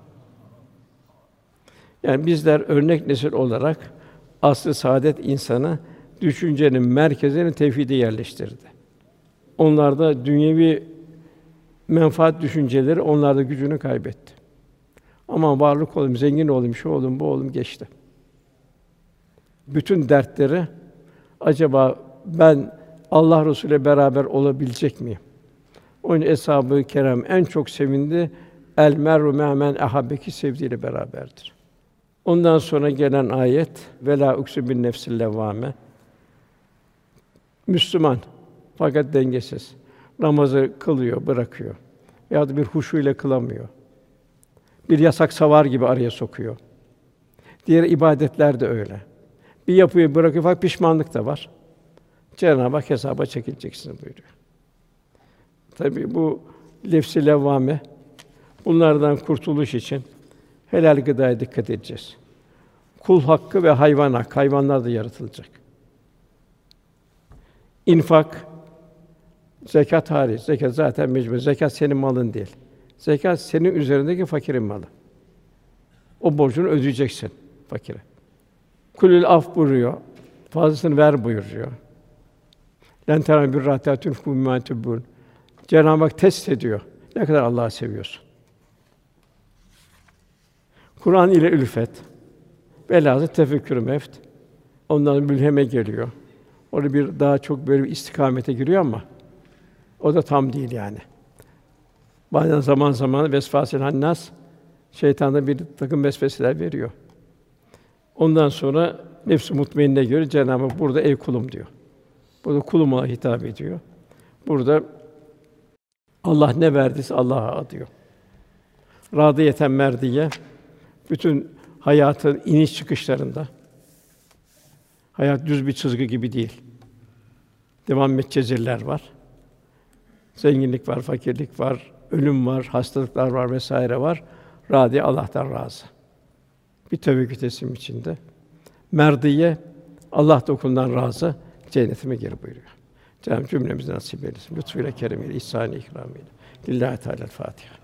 Yani bizler örnek nesil olarak asr-ı saadet insanı düşüncenin merkezine tevhidi yerleştirdi. Onlarda dünyevi menfaat düşünceleri onlarda gücünü kaybetti. Ama varlık olayım, zengin olayım, şu olayım, bu olayım geçti. Bütün dertleri acaba ben Allah Resulü ile beraber olabilecek miyim? Onun eshab-ı kiram en çok sevindi. El mer'u me'men ahabbeki sevdiğiyle beraberdir. Ondan sonra gelen ayet ve la uksu bin nefsil levvame. Müslüman fakat dengesiz. Namazı kılıyor, bırakıyor. Ya da bir huşu ile kılamıyor. Bir yasak savar gibi araya sokuyor. Diğer ibadetler de öyle. Bir yapıyı bırakıyor fakat pişmanlık da var. Cenab-ı Hak hesaba çekileceksiniz buyuruyor. Tabii bu nefs-i levvame, bunlardan kurtuluş için helal gıdaya dikkat edeceğiz. Kul hakkı ve hayvan hakkı, hayvanlar da yaratılacak. İnfak, zekat hariç, zekat zaten mecbur. Zekat senin malın değil. Zekat senin üzerindeki fakirin malı. O borcunu ödeyeceksin fakire. Kulül af buyuruyor. Fazlasını ver buyuruyor. Len tera bir rahatatun fumatubun. Cenab-ı Hak test ediyor. Ne kadar Allah'ı seviyorsun. Kur'an ile ülfet. Velhâsıl tefekkür meft. Ondan mülheme geliyor. Orada bir daha çok böyle bir istikamete giriyor ama o da tam değil yani. Bazen zaman zaman vesvasil hannas, şeytan da bir takım vesveseler veriyor. Ondan sonra nefs-i mutmainne göre Cenab-ı Hak burada ey kulum diyor. Burada kuluma hitap ediyor. Burada Allah ne verdiyse Allah'a adıyor. Radiyeten merdiye bütün hayatın iniş çıkışlarında hayat düz bir çizgi gibi değil. Devam metcezirler var. Zenginlik var, fakirlik var, ölüm var, hastalıklar var vesaire var. Râdi Allah'tan razı. Bir tevekkül teslim içinde. Merdiye Allah da kulundan razı, cennetime gir buyuruyor. Cenab-ı cümlemizi nasip eylesin. Lütfuyla, keremiyle, ihsânî ikramıyla. Lillahi Teâlâ Fâtiha.